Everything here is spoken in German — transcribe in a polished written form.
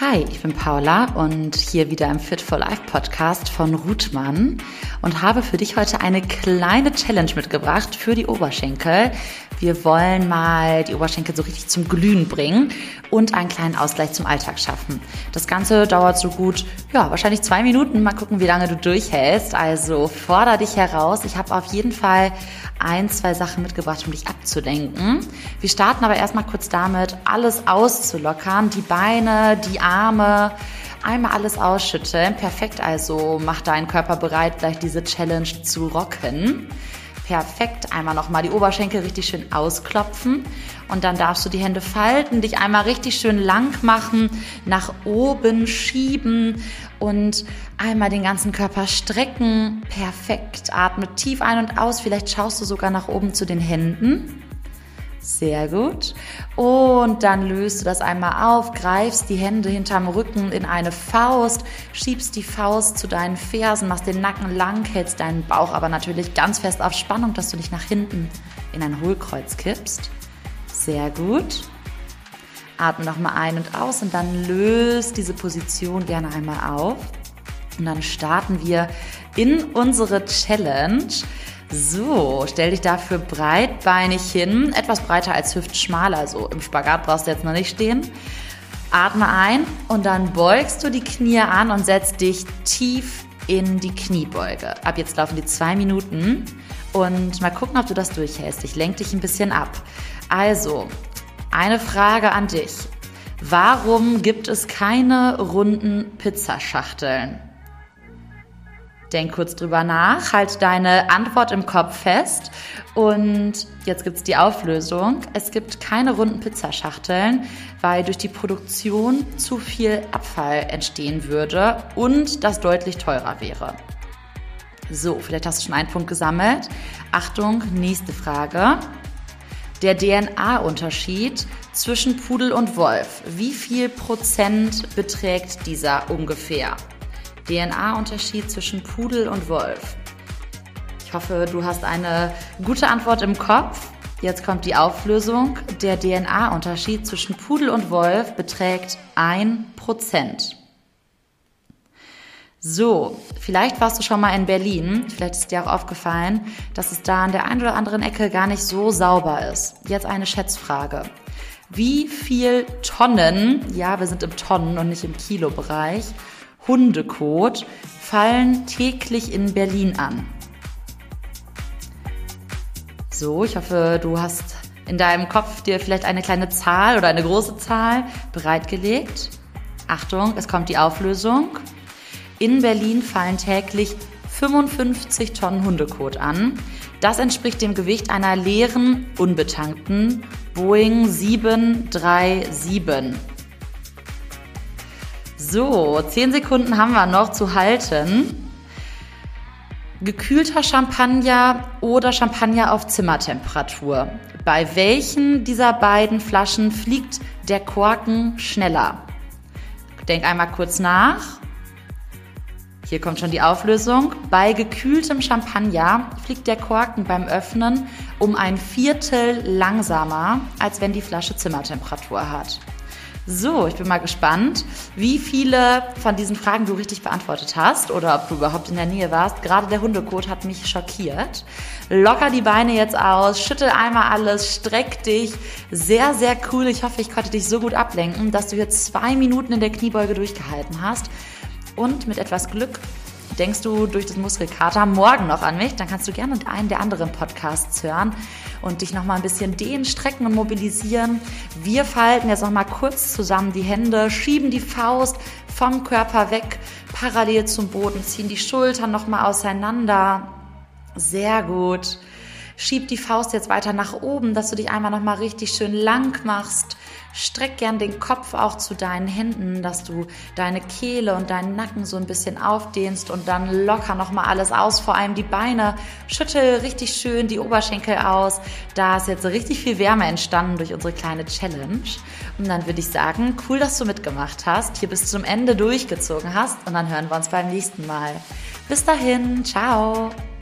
Hi, ich bin Paula und hier wieder im Fit for Life Podcast von Ruthmann und habe für dich heute eine kleine Challenge mitgebracht für die Oberschenkel. Wir wollen mal die Oberschenkel so richtig zum Glühen bringen und einen kleinen Ausgleich zum Alltag schaffen. Das Ganze dauert so gut, wahrscheinlich 2 Minuten. Mal gucken, wie lange du durchhältst. Also forder dich heraus. Ich habe auf jeden Fall 1-2 Sachen mitgebracht, um dich abzulenken. Wir starten aber erstmal kurz damit, alles auszulockern. Die Beine, die Arme, einmal alles ausschütteln. Perfekt, also mach deinen Körper bereit, gleich diese Challenge zu rocken. Perfekt, einmal nochmal die Oberschenkel richtig schön ausklopfen und dann darfst du die Hände falten, dich einmal richtig schön lang machen, nach oben schieben und einmal den ganzen Körper strecken. Perfekt, atme tief ein und aus, vielleicht schaust du sogar nach oben zu den Händen. Sehr gut. Und dann löst du das einmal auf, greifst die Hände hinterm Rücken in eine Faust, schiebst die Faust zu deinen Fersen, machst den Nacken lang, hältst deinen Bauch aber natürlich ganz fest auf Spannung, dass du dich nach hinten in ein Hohlkreuz kippst. Sehr gut. Atme nochmal ein und aus und dann löst diese Position gerne einmal auf. Und dann starten wir in unsere Challenge. So, stell dich dafür breitbeinig hin, etwas breiter als hüftschmal, also im Spagat brauchst du jetzt noch nicht stehen. Atme ein und dann beugst du die Knie an und setzt dich tief in die Kniebeuge. Ab jetzt laufen die 2 Minuten und mal gucken, ob du das durchhältst. Ich lenke dich ein bisschen ab. Also, eine Frage an dich. Warum gibt es keine runden Pizzaschachteln? Denk kurz drüber nach, halt deine Antwort im Kopf fest und jetzt gibt's die Auflösung. Es gibt keine runden Pizzaschachteln, weil durch die Produktion zu viel Abfall entstehen würde und das deutlich teurer wäre. So, vielleicht hast du schon einen Punkt gesammelt. Achtung, nächste Frage. Der DNA-Unterschied zwischen Pudel und Wolf, wie viel Prozent beträgt dieser ungefähr? DNA-Unterschied zwischen Pudel und Wolf. Ich hoffe, du hast eine gute Antwort im Kopf. Jetzt kommt die Auflösung. Der DNA-Unterschied zwischen Pudel und Wolf beträgt 1%. So, vielleicht warst du schon mal in Berlin. Vielleicht ist dir auch aufgefallen, dass es da an der einen oder anderen Ecke gar nicht so sauber ist. Jetzt eine Schätzfrage. Wie viel Tonnen, ja, wir sind im Tonnen- und nicht im Kilobereich, Hundekot fallen täglich in Berlin an? So, ich hoffe, du hast in deinem Kopf dir vielleicht eine kleine Zahl oder eine große Zahl bereitgelegt. Achtung, es kommt die Auflösung. In Berlin fallen täglich 55 Tonnen Hundekot an. Das entspricht dem Gewicht einer leeren, unbetankten Boeing 737. So, 10 Sekunden haben wir noch zu halten. Gekühlter Champagner oder Champagner auf Zimmertemperatur. Bei welchen dieser beiden Flaschen fliegt der Korken schneller? Denk einmal kurz nach. Hier kommt schon die Auflösung. Bei gekühltem Champagner fliegt der Korken beim Öffnen um 1/4 langsamer, als wenn die Flasche Zimmertemperatur hat. So, ich bin mal gespannt, wie viele von diesen Fragen du richtig beantwortet hast oder ob du überhaupt in der Nähe warst. Gerade der Hundekot hat mich schockiert. Locker die Beine jetzt aus, schüttel einmal alles, streck dich. Sehr, sehr cool. Ich hoffe, ich konnte dich so gut ablenken, dass du jetzt 2 Minuten in der Kniebeuge durchgehalten hast. Und mit etwas Glück denkst du durch das Muskelkater morgen noch an mich, dann kannst du gerne einen der anderen Podcasts hören und dich nochmal ein bisschen dehnen, strecken und mobilisieren. Wir falten jetzt nochmal kurz zusammen die Hände, schieben die Faust vom Körper weg, parallel zum Boden, ziehen die Schultern nochmal auseinander. Sehr gut. Schieb die Faust jetzt weiter nach oben, dass du dich einmal nochmal richtig schön lang machst. Streck gern den Kopf auch zu deinen Händen, dass du deine Kehle und deinen Nacken so ein bisschen aufdehnst und dann locker nochmal alles aus, vor allem die Beine. Schüttel richtig schön die Oberschenkel aus. Da ist jetzt richtig viel Wärme entstanden durch unsere kleine Challenge. Und dann würde ich sagen, cool, dass du mitgemacht hast, hier bis zum Ende durchgezogen hast und dann hören wir uns beim nächsten Mal. Bis dahin, ciao!